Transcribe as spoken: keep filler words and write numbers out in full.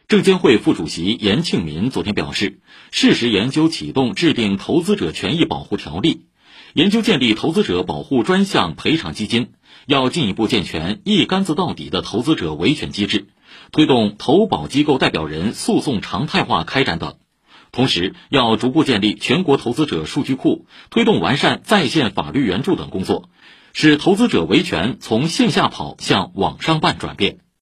证监会副主席严庆民昨天表示，适时研究启动制定投资者权益保护条例，研究建立投资者保护专项赔偿基金，要进一步健全一竿子到底的投资者维权机制，推动投保机构代表人诉讼常态化开展等。同时，要逐步建立全国投资者数据库，推动完善在线法律援助等工作，使投资者维权从线下跑向网上办转变。